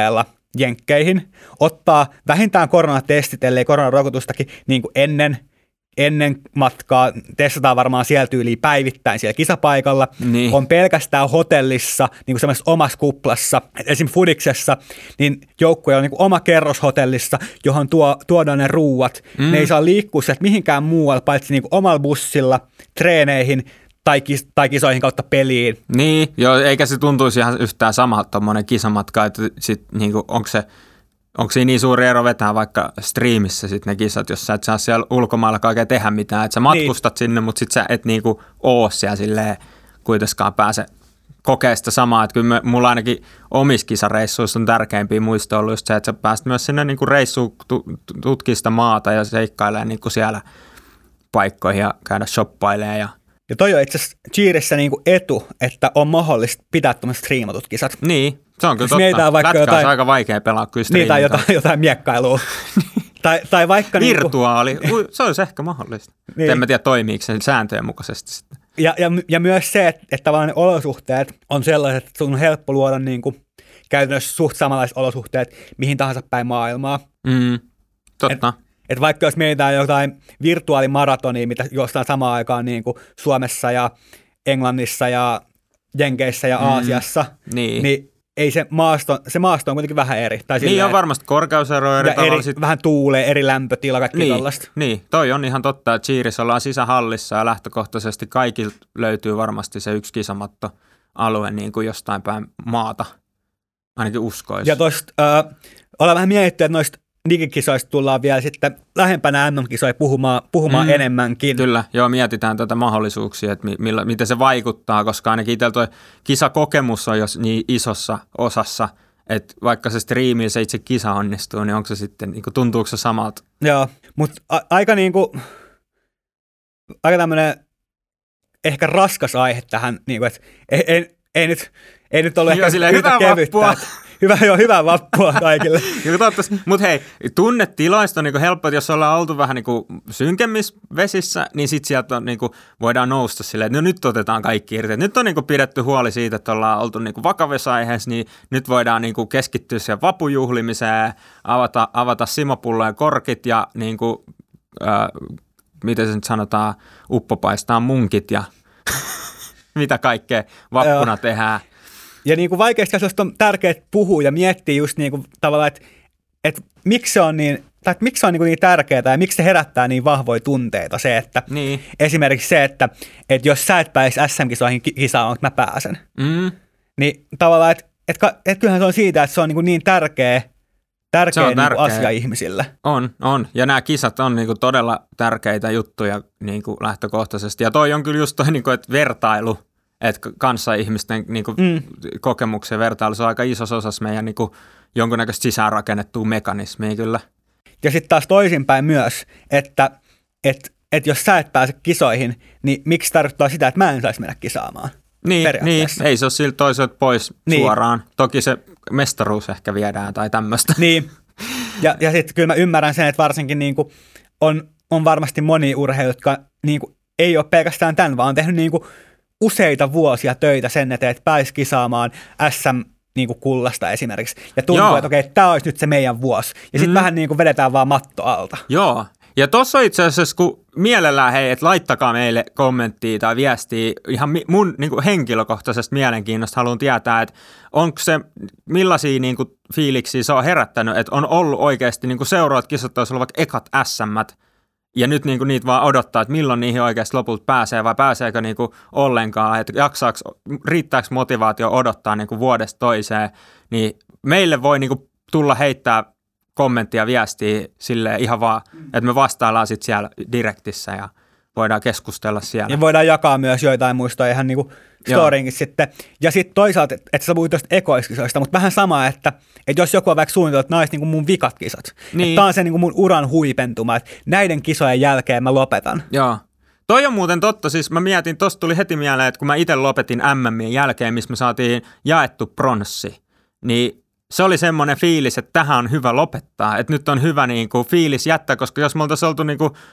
jenkkeihin, ottaa vähintään koronatestit, ellei koronarokotustakin niin kuin ennen, ennen matkaa, testataan varmaan siellä tyyliin päivittäin siellä kisapaikalla, niin. On pelkästään hotellissa, niin kuin semmoisessa omassa kuplassa, esimerkiksi Fudiksessa, niin joukkue on niin kuin oma kerros hotellissa, johon tuo, tuodaan ne ruuat, mm. ne ei saa liikkua sieltä mihinkään muualle, paitsi niin kuin omalla bussilla, treeneihin, Tai, kis, tai kisoihin kautta peliin. Niin, joo, eikä se tuntuisi ihan yhtään samalta tuommoinen kisamatka, että sit, niinku, onko se onko siinä niin suuri ero vetää vaikka striimissä sit ne kisat, jos sä et saa siellä ulkomailla oikein tehdä mitään, että sä matkustat niin. sinne, mutta sit sä et niinku oo siellä silleen kuitenkaan pääse kokea sitä samaa, että kyllä me, mulla ainakin omissa kisareissuissa on tärkeimpiä muistoja ollut just se, että sä pääst myös sinne niinku reissuun tutkimaan sitä maata ja seikkailemaan niinku siellä paikkoihin ja käydä shoppailemaan ja Ja toi on itse asiassa Cheerissä niinku etu, että on mahdollista pitää tuommoiset striimatut kisat. Niin, se on kyllä siis totta. Lätkä jotain, on aika vaikea pelaa kyllä striimata. Niin, tai jotain, jotain miekkailua. tai, tai vaikka virtuaali, niinku, se olisi ehkä mahdollista. Niin. En mä tiedä, toimiiko se sääntöjen mukaisesti sitten. Ja, ja, ja myös se, että, että tavallaan ne olosuhteet on sellaiset, että sun on helppo luoda niinku, käytännössä suht samanlaiset olosuhteet mihin tahansa päin maailmaa. Mm, totta. Et, Että vaikka jos mietitään jotain virtuaalimaratonia, mitä jostain samaan aikaan niin kuin Suomessa ja Englannissa ja Jenkeissä ja Aasiassa, mm, niin. niin ei se maasto, se maasto on kuitenkin vähän eri. Tai niin on varmasti korkeusero eri tavalla. Eri, vähän tuulee, eri lämpötila, kaikki niin, tällaista. Niin, toi on ihan totta, että Cheerissä ollaan sisähallissa ja lähtökohtaisesti kaikilta löytyy varmasti se yksi kisamattoalue niin kuin jostain päin maata, ainakin uskoisi. Ja tuosta äh, ollaan vähän mietitty, että noista digikisoista tullaan vielä sitten lähempänä M M-kisoja puhumaan, puhumaan mm, enemmänkin. Kyllä, joo, mietitään tätä mahdollisuuksia, että millä, miten se vaikuttaa, koska ainakin itsellä tuo kisakokemus on jos niin isossa osassa, että vaikka se striimi se itse kisa onnistuu, niin onko se sitten, niin kuin, tuntuuko se samalta? Joo, mutta a- aika niin kuin, aika tämmöinen ehkä raskas aihe tähän, niin kuin, että ei, ei, ei, nyt, ei nyt ole joo, ehkä yhtä kevyttä. Hyvä, joo, hyvää vappua kaikille. Mutta hei, tunnetilaista on niinku helppo, että jos ollaan oltu vähän niinku synkemmissä vesissä, niin sitten sieltä on, niinku, voidaan nousta silleen, että no nyt otetaan kaikki irti. Et nyt on niinku pidetty huoli siitä, että ollaan oltu niinku vakavissa aiheessa, niin nyt voidaan niinku keskittyä siihen vapujuhlimiseen, avata, avata simopullojen korkit ja niinku, äh, miten se nyt sanotaan, uppopaistaa munkit ja mitä kaikkea vappuna tehdään. Ja niin kuin vaikeasti asioista on tärkeää puhua ja miettiä just niin kuin tavallaan, että, että miksi se on niin, tai että miksi se on niin, niin tärkeää ja miksi se herättää niin vahvoja tunteita. Se, että niin. Esimerkiksi se, että, että jos sä et pääisi S M-kisoihin kisaan, että mä pääsen. Mm. Niin tavallaan, että, että, että kyllähän se on siitä, että se on niin, niin tärkeä, tärkeä, niin tärkeä asia ihmisille. On, on. Ja nämä kisat on niin kuin todella tärkeitä juttuja niin kuin lähtökohtaisesti. Ja toi on kyllä just toi, niin kuin, että vertailu. Että kanssaihmisten niin kuin, mm. kokemuksen vertailussa on aika isossa osassa meidän niin kuin, jonkunnäköistä sisäänrakennettua mekanismia kyllä. Ja sitten taas toisinpäin myös, että et, et jos sä et pääse kisoihin, niin miksi tarkoittaa sitä, että mä en saisi mennä kisaamaan? Niin, niin. Ei se ole siltä toiselta pois niin. Suoraan. Toki se mestaruus ehkä viedään tai tämmöistä. Niin, ja, ja sitten kyllä mä ymmärrän sen, että varsinkin niin kuin on, on varmasti monia urheilijoita, jotka niin kuin, ei ole pelkästään tämän, vaan on tehnyt niin kuin useita vuosia töitä sen eteen, että pääsi kisaamaan S M-kullasta esimerkiksi. Ja tuntuu, Joo. että okei, okay, tämä olisi nyt se meidän vuosi. Ja sitten mm. vähän niin kuin vedetään vaan matto alta. Joo. Ja tuossa itse asiassa, kun mielellään hei, että laittakaa meille kommenttia tai viestiä ihan mun niin kuin henkilökohtaisesta mielenkiinnosta haluan tietää, että onko se, millaisia niin kuin fiiliksiä se on herättänyt, että on ollut oikeasti niin kuin seuraavat kisat, olisi ollut vaikka ekat S M:t, ja nyt niinku niitä vaan odottaa, että milloin niihin oikeasti lopulta pääsee vai pääseekö niinku ollenkaan, että jaksaako, riittääkö motivaatio odottaa niinku vuodesta toiseen, niin meille voi niinku tulla heittää kommenttia, viestiä silleen ihan vaan, että me vastaillaan sitten siellä direktissä ja voidaan keskustella siellä. Ja voidaan jakaa myös joitain muistoja ihan niinku storinkin sitten. Ja sitten toisaalta, että sä puhuit tuosta ekoiskisoista, mutta vähän sama, että, että jos joku on vaikka suunnitellut, että nämä olisi niinku mun vikat kisat. Niin. Tämä on se niinku mun uran huipentuma, että näiden kisojen jälkeen mä lopetan. Joo. Toi on muuten totta, siis mä mietin, tosta tuli heti mieleen, että kun mä itse lopetin M M:ien jälkeen, missä me saatiin jaettu pronssi, niin se oli semmoinen fiilis, että tähän on hyvä lopettaa, että nyt on hyvä niinku fiilis jättää, koska jos me oltaisiin oltu niinku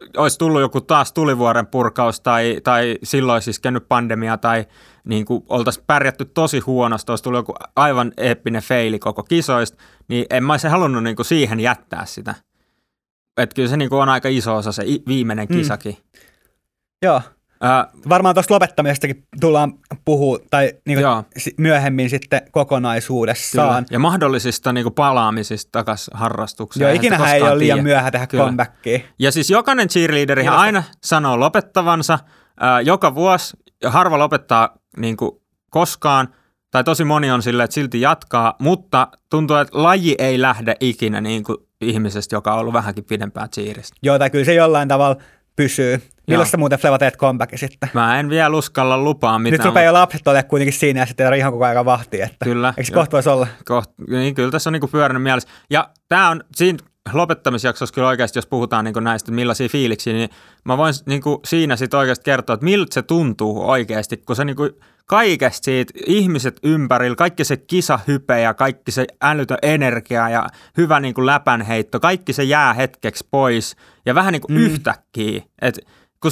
olisi tullut joku taas tulivuoren purkaus tai, tai silloin olisi iskenyt pandemia tai niin kuin oltaisiin pärjätty tosi huonosti, olisi tullut joku aivan eeppinen feili koko kisoista, niin en mä olisi halunnut niin kuin siihen jättää sitä. Että kyllä se niin kuin on aika iso osa se viimeinen kisakin. Mm. Joo. Uh, Varmaan tuosta lopettamisestakin tullaan puhua tai niinku myöhemmin sitten kokonaisuudessaan. Kyllä. Ja mahdollisista niinku palaamisista takaisin harrastukseen. Joo, ikinähän ei ole liian tiedä. myöhä tehdä Kyllä. comebackia. Ja siis jokainen cheerleaderihan aina sanoo lopettavansa uh, joka vuosi, ja harva lopettaa niinku koskaan, tai tosi moni on silleen, että silti jatkaa, mutta tuntuu, että laji ei lähde ikinä niinku ihmisestä, joka on ollut vähänkin pidempään cheeristä. Joo, tai kyllä se jollain tavalla pysyy. Milloin sä muuten Fleva teet comebackin sitten? Mä en vielä uskalla lupaa mitään. Nyt rupeaa jo lapset olemaan kuitenkin siinä ja sitten ihan koko ajan vahtia. Että kyllä. Eikö se kohta voisi olla? Koht, niin, kyllä tässä on niinku pyörinyt mielessä. Ja tää on siinä lopettamisjaksossa kyllä oikeasti, jos puhutaan niinku näistä millaisia fiiliksiä, niin mä voin niinku siinä sitten oikeasti kertoa, että miltä se tuntuu oikeasti, kun se niinku kaikesta siitä ihmiset ympärillä, kaikki se kisahype ja kaikki se älytön energia ja hyvä niinku läpänheitto, kaikki se jää hetkeksi pois ja vähän niinku mm. yhtäkkiä. Että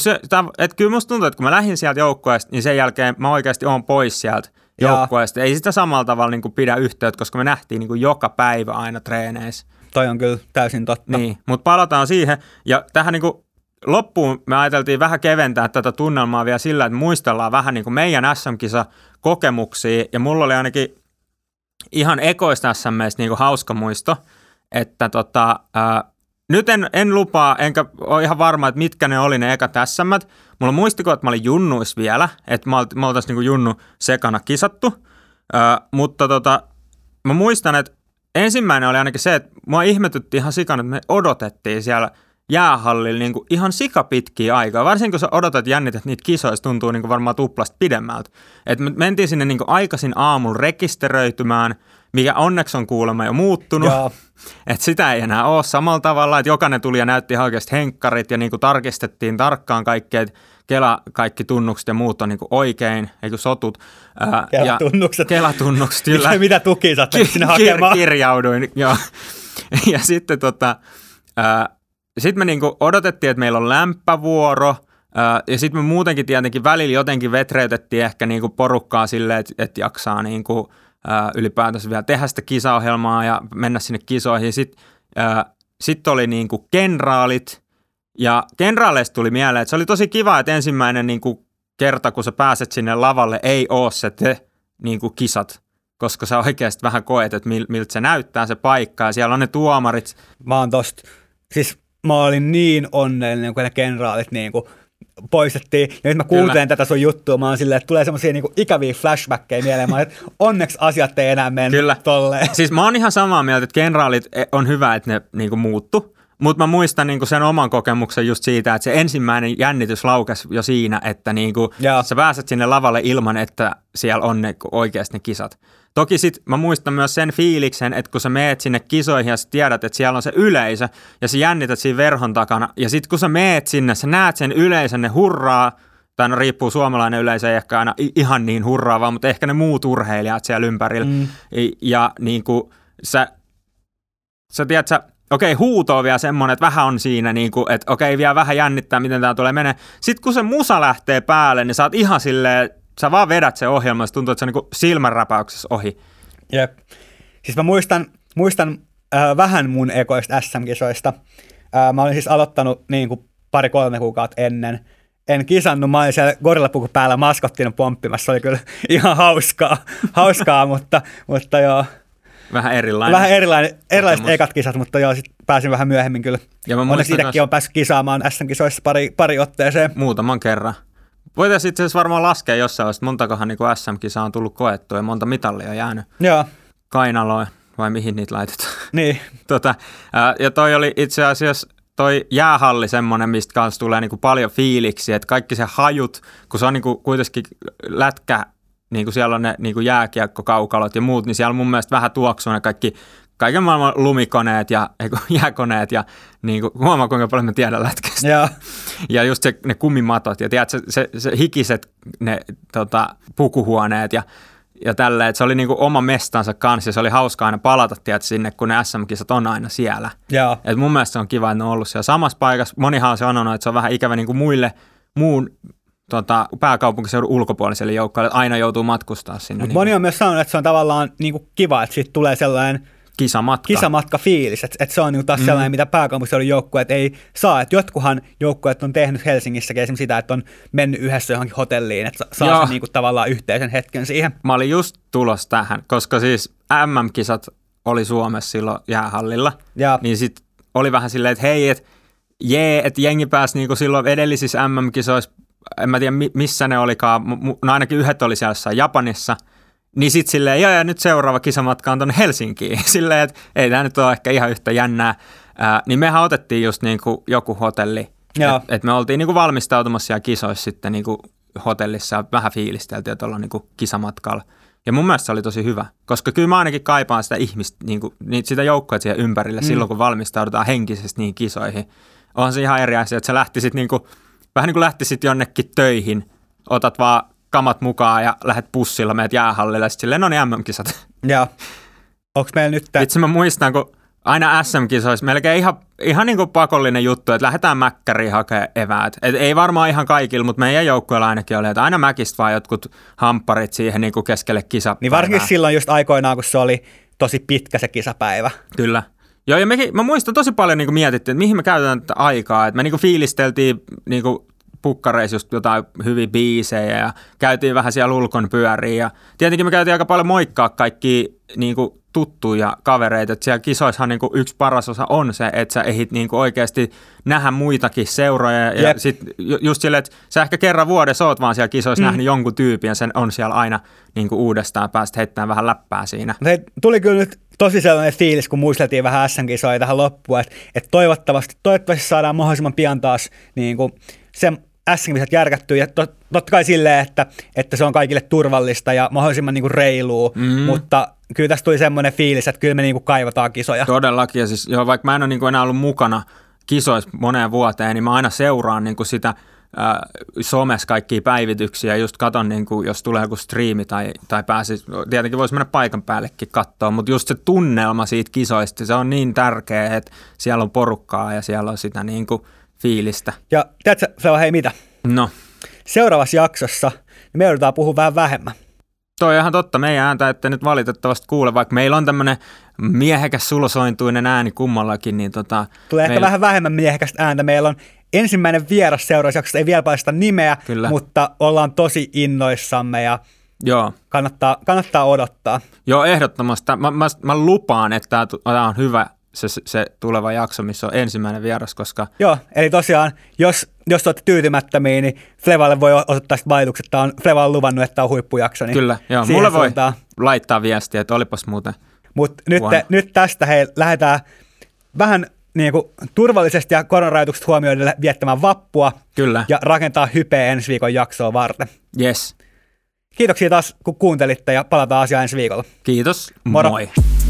et kyllä musta tuntuu, että kun mä lähdin sieltä joukkueesta, niin sen jälkeen mä oikeasti oon pois sieltä joukkueesta. Ei sitä samalla tavalla niinku pidä yhteyttä, koska me nähtiin niinku joka päivä aina treeneissä. Toi on kyllä täysin totta. Niin, mutta palataan siihen ja tähän niinku loppuun me ajateltiin vähän keventää tätä tunnelmaa vielä sillä, että muistellaan vähän niin kuin meidän S M-kisa-kokemuksia. Ja mulla oli ainakin ihan ekoista S M:istä niin kuin hauska muisto, että tota, ää, nyt en, en lupaa, enkä ole ihan varma, että mitkä ne oli ne ekat S M:t. Mulla muistiko, että mä olin junnuis vielä, että me oltaisiin niin kuin junnu sekana kisattu. Ää, mutta tota, mä muistan, että ensimmäinen oli ainakin se, että mua ihmetytti ihan sikana, että me odotettiin siellä jäähallilla niin kuin ihan sikapitkiä aikaa. Varsinkin kun sä odotat jännität niitä kisoja, se tuntuu niin kuin varmaan tuplasta pidemmältä. Et me mentiin sinne niin kuin aikaisin aamulla rekisteröitymään, mikä onneksi on kuulemma jo muuttunut. Että sitä ei enää ole samalla tavalla, että jokainen tuli ja näytti ihan oikeasti henkkarit ja niin kuin tarkistettiin tarkkaan kaikkea, että Kela, kaikki tunnukset ja muut on niin kuin oikein, eikö sotut. Kelatunnukset. Kelatunnukset, kyllä. Mitä, mitä tukia sä oot sinne hakemaan? Kirjauduin, joo. Ja sitten tota... Ää, Sitten me niinku odotettiin, että meillä on lämppävuoro ää, ja sitten me muutenkin tietenkin välillä jotenkin vetreytettiin ehkä niinku porukkaa silleen, että et jaksaa niinku, ää, ylipäätänsä vielä tehdä sitä kisaohjelmaa ja mennä sinne kisoihin. Sitten sit oli niinku kenraalit ja kenraaleista tuli mieleen, että se oli tosi kiva, että ensimmäinen niinku kerta, kun sä pääset sinne lavalle, ei ole se te niinku kisat, koska sä oikeasti vähän koet, että mil, miltä se näyttää se paikka ja siellä on ne tuomarit. Mä oon tosta, siis mä olin niin onnellinen, kun ne kenraalit niin kuin poistettiin. Ja nyt mä kuuntelen Kyllä. tätä sun juttua. Mä oon silleen, että tulee semmosia niin kuin ikäviä flashbackkejä mieleen. Mä olen, että onneksi asiat ei enää mennyt Kyllä. tolleen. Siis mä oon ihan samaa mieltä, että kenraalit on hyvä, että ne niin kuin muuttu. Mutta mä muistan niin kuin sen oman kokemuksen just siitä, että se ensimmäinen jännitys laukesi jo siinä, että niin kuin sä pääset sinne lavalle ilman, että siellä on ne oikeasti ne kisat. Toki sit mä muistan myös sen fiiliksen, että kun sä meet sinne kisoihin ja sä tiedät, että siellä on se yleisö ja sä jännität siinä verhon takana ja sit kun sä meet sinne, sä näet sen yleisön, ne hurraa, tai no riippuu suomalainen yleisö, ei ehkä aina ihan niin hurraavaa, mutta ehkä ne muut urheilijat siellä ympärillä. Mm. Ja, ja niin kuin sä, sä tiedät, sä, okei, huuto on vielä semmoinen, että vähän on siinä, niin kuin, että okei, vielä vähän jännittää, miten tää tulee menee. Sitten kun se musa lähtee päälle, niin sä oot ihan silleen, sä vaan vedät se ohjelma, se tuntuu, että se on niin kuin silmänräpäyksessä ohi. Jep. Siis mä muistan, muistan äh, vähän mun ekoista S M-kisoista. Äh, mä olin siis aloittanut niin kuin pari-kolme kuukautta ennen. En kisannut, mä olin siellä gorillapuku päällä maskottina pomppimassa. Se oli kyllä ihan hauskaa, hauskaa mutta, mutta joo. Vähän erilainen. Vähän erilainen, erilaiset ekat kisat, mutta joo, sit pääsin vähän myöhemmin kyllä. Onneksi itsekin on päässyt kisaamaan S M-kisoissa pari, pari otteeseen. Muutaman kerran. Voitaisiin itse asiassa varmaan laskea jossain vaiheessa, montakohan niin S M-kisaa on tullut koettua ja monta mitallia on jäänyt. Joo. Kainaloa vai mihin niitä laitetaan. Niin. tota, ää, ja toi oli itse asiassa toi jäähalli semmoinen, mistä kanssa tulee niin kuin paljon fiiliksiä, että kaikki se hajut, kun se on niin kuin kuitenkin lätkä, niin kuin siellä on ne niin kuin jääkiekkokaukalot ja muut, niin siellä mun mielestä vähän tuoksuu ne kaikki, kaiken maailman lumikoneet ja eiku, jääkoneet ja niin kuin, huomaa kuinka paljon mä tiedän lätkästä. Ja, ja just se, ne kumimatot ja tiedät, se, se, se hikiset ne tota, pukuhuoneet ja ja tälleen, että se oli niinku oma mestansa kanssa ja se oli hauskaa aina palata tiedät, sinne, kun ne S M-kisat on aina siellä. Et mun mielestä se on kiva, että ne on ollut siellä samassa paikassa. Monihan on sanonut, että se on vähän ikävä niinku muille muun tota, pääkaupunkiseudun ulkopuoliselle joukkoille, että aina joutuu matkustaa sinne. Mutta moni on myös sanonut, että se on tavallaan niinku kiva, että siitä tulee sellainen Kisamatka. Kisamatka-fiilis, että et se on niinku taas mm. sellainen, mitä pääkaupunkiseudun joukkueet ei saa. Et jotkuhan joukkueet on tehnyt Helsingissäkin esimerkiksi sitä, että on mennyt yhdessä johonkin hotelliin, että saa sen niinku tavallaan yhteisen hetken siihen. Mä olin just tulos tähän, koska siis M M-kisat oli Suomessa silloin jäähallilla, ja. Niin sit oli vähän silleen, että hei, että jee, että jengi pääsi niinku silloin edellisissä M M-kisoissa, en mä tiedä missä ne olikaan, no ainakin yhdet oli siellä Japanissa, niin sitten silleen, ja, ja nyt seuraava kisamatka on tuonne Helsinkiin. Silleen, että ei tämä nyt ole ehkä ihan yhtä jännää. Ää, niin mehän otettiin just niinku joku hotelli. Että et me oltiin niinku valmistautumassa siellä kisoissa sitten niinku hotellissa ja vähän fiilisteltiin, että ollaan niinku kisamatkalla. Ja mun mielestä se oli tosi hyvä, koska kyllä mä ainakin kaipaan sitä ihmistä, niinku, sitä joukkoa siihen ympärille mm. silloin, kun valmistaudutaan henkisesti niihin kisoihin. On se ihan eri asia, että sä lähtisit niinku, vähän niin kuin lähtisit jonnekin töihin, otat vaan kamat mukaan ja lähdet bussilla, meet jäähallille ja sitten silleen, no niin M M-kisat. Joo. Onko meillä nyt... Itse mä muistan, kun aina S M-kisoissa melkein ihan, ihan niin kuin pakollinen juttu, että lähdetään mäkkäriin hakemaan eväät. Et ei varmaan ihan kaikilla, mutta meidän joukkueella ainakin oli, että aina mäkistä vaan jotkut hampparit siihen niin kuin keskelle kisapäivää. Niin varsinkin silloin just aikoinaan, kun se oli tosi pitkä se kisapäivä. Kyllä. Joo, ja mekin, mä muistan tosi paljon niin kuin mietittiin, että mihin me käytetään tätä aikaa. Että me niin kuin fiilisteltiin niin kuin pukkareissa just jotain hyviä biisejä ja käytiin vähän siellä ulkon pyöriin. Ja tietenkin me käytiin aika paljon moikkaa kaikki niin kuin tuttuja kavereita. Että siellä kisoissahan niin kuin yksi paras osa on se, että sä ehdit niin kuin oikeasti nähdä muitakin seuroja. Ja yep. sitten just silleen, että sä ehkä kerran vuodessa oot vaan siellä kisoissa mm. nähnyt jonkun tyypin ja sen on siellä aina niin kuin uudestaan päästä heittämään vähän läppää siinä. Se tuli kyllä nyt tosi sellainen fiilis, kun muisteltiin vähän S M-kisoja tähän loppuun, että, että toivottavasti, toivottavasti saadaan mahdollisimman pian taas niin kuin se S M-kisat järkättyä ja tot, totta kai silleen, että, että se on kaikille turvallista ja mahdollisimman niin kuin reilua, mm. mutta kyllä tästä tuli semmoinen fiilis, että kyllä me niin kuin kaivataan kisoja. Todellakin, ja siis joo, vaikka mä en ole niin kuin enää ollut mukana kisoissa moneen vuoteen, niin mä aina seuraan niin kuin sitä äh, somessa kaikkia päivityksiä, just katon, niin kuin, jos tulee joku striimi tai, tai pääsi, tietenkin voisi mennä paikan päällekin katsoa, mutta just se tunnelma siitä kisoista, se on niin tärkeä, että siellä on porukkaa ja siellä on sitä niin kuin fiilistä. Ja tiedätkö, se on hei mitä? No. Seuraavassa jaksossa me joudutaan puhua vähän vähemmän. Toi on ihan totta. Meidän ääntä ette nyt valitettavasti kuule, vaikka meillä on tämmöinen miehekäs sulsointuinen ääni kummallakin. Niin tota, tulee ehkä meillä... vähän vähemmän miehekästä ääntä. Meillä on ensimmäinen vieras seuraavassa jaksossa, ei vielä paista nimeä, Kyllä. mutta ollaan tosi innoissamme ja Joo. Kannattaa, kannattaa odottaa. Joo, ehdottomasti. Mä, mä, mä lupaan, että tämä on hyvä. Se, se tuleva jakso, missä on ensimmäinen vieras, koska... Joo, eli tosiaan, jos, jos olette tyytymättömiä, niin Flevalle voi osoittaa sitten valitukset. Tämä on Fleva on luvannut, että tämä on huippujakso. Niin Kyllä, joo. Mulle voi suuntaan laittaa viestiä, että olipas muuten Mutta nyt, nyt tästä hei, lähdetään vähän niin kuin turvallisesti ja koronarajoitukset huomioiden viettämään vappua. Kyllä. Ja rakentaa hypeä ensi viikon jaksoa varten. Yes. Kiitoksia taas, kun kuuntelitte ja palataan asiaan ensi viikolla. Kiitos. Moro. Moi.